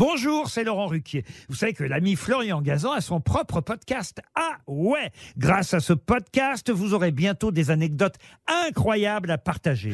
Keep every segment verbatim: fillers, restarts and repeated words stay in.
Bonjour, c'est Laurent Ruquier. Vous savez que l'ami Florian Gazan a son propre podcast. Ah ouais! Grâce à ce podcast, vous aurez bientôt des anecdotes incroyables à partager.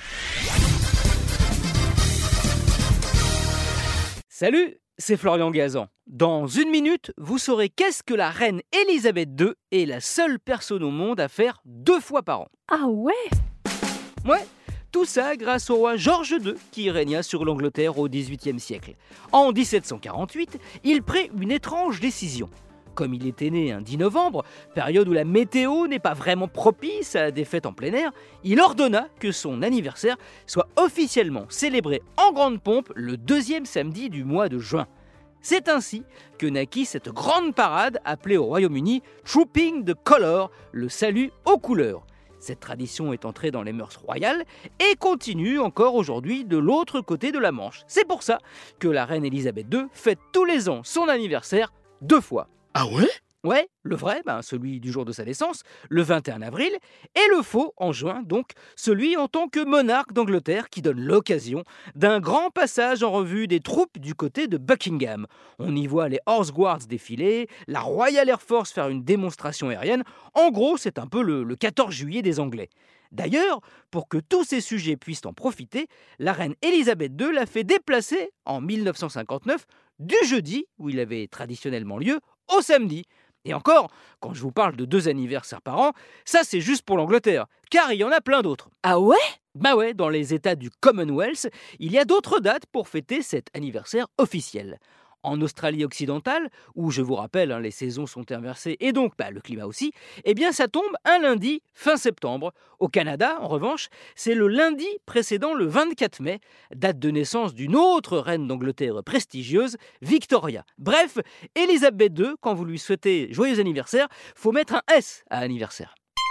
Salut, c'est Florian Gazan. Dans une minute, vous saurez qu'est-ce que la reine Elisabeth deux est la seule personne au monde à faire deux fois par an. Ah ouais? Ouais, tout ça grâce au roi George deux qui régna sur l'Angleterre au dix-huitième siècle. En dix-sept cent quarante-huit, il prit une étrange décision. Comme il était né un dix novembre, période où la météo n'est pas vraiment propice à des fêtes en plein air, il ordonna que son anniversaire soit officiellement célébré en grande pompe le deuxième samedi du mois de juin. C'est ainsi que naquit cette grande parade appelée au Royaume-Uni « Trooping the Colour », le salut aux couleurs. Cette tradition est entrée dans les mœurs royales et continue encore aujourd'hui de l'autre côté de la Manche. C'est pour ça que la reine Elisabeth deux fête tous les ans son anniversaire deux fois. Ah ouais? Ouais, le vrai, ben celui du jour de sa naissance, le vingt et un avril, et le faux, en juin, donc celui en tant que monarque d'Angleterre qui donne l'occasion d'un grand passage en revue des troupes du côté de Buckingham. On y voit les Horse Guards défiler, la Royal Air Force faire une démonstration aérienne. En gros, c'est un peu le, le quatorze juillet des Anglais. D'ailleurs, pour que tous ces sujets puissent en profiter, la reine Elisabeth deux l'a fait déplacer en mille neuf cent cinquante-neuf du jeudi, où il avait traditionnellement lieu, au samedi. Et encore, quand je vous parle de deux anniversaires par an, ça c'est juste pour l'Angleterre, car il y en a plein d'autres. Ah ouais? Bah ouais, dans les États du Commonwealth, il y a d'autres dates pour fêter cet anniversaire officiel. En Australie occidentale, où je vous rappelle, hein, les saisons sont inversées et donc bah, le climat aussi, eh bien ça tombe un lundi fin septembre. Au Canada, en revanche, c'est le lundi précédent le vingt-quatre mai, date de naissance d'une autre reine d'Angleterre prestigieuse, Victoria. Bref, Elisabeth deux, quand vous lui souhaitez joyeux anniversaire, faut mettre un S à anniversaire.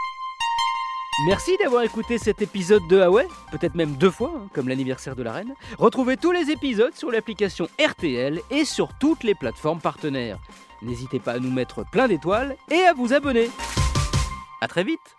Merci d'avoir écouté cet épisode de Ah ouais, peut-être même deux fois, hein, comme l'anniversaire de la reine. Retrouvez tous les épisodes sur l'application R T L et sur toutes les plateformes partenaires. N'hésitez pas à nous mettre plein d'étoiles et à vous abonner. À très vite.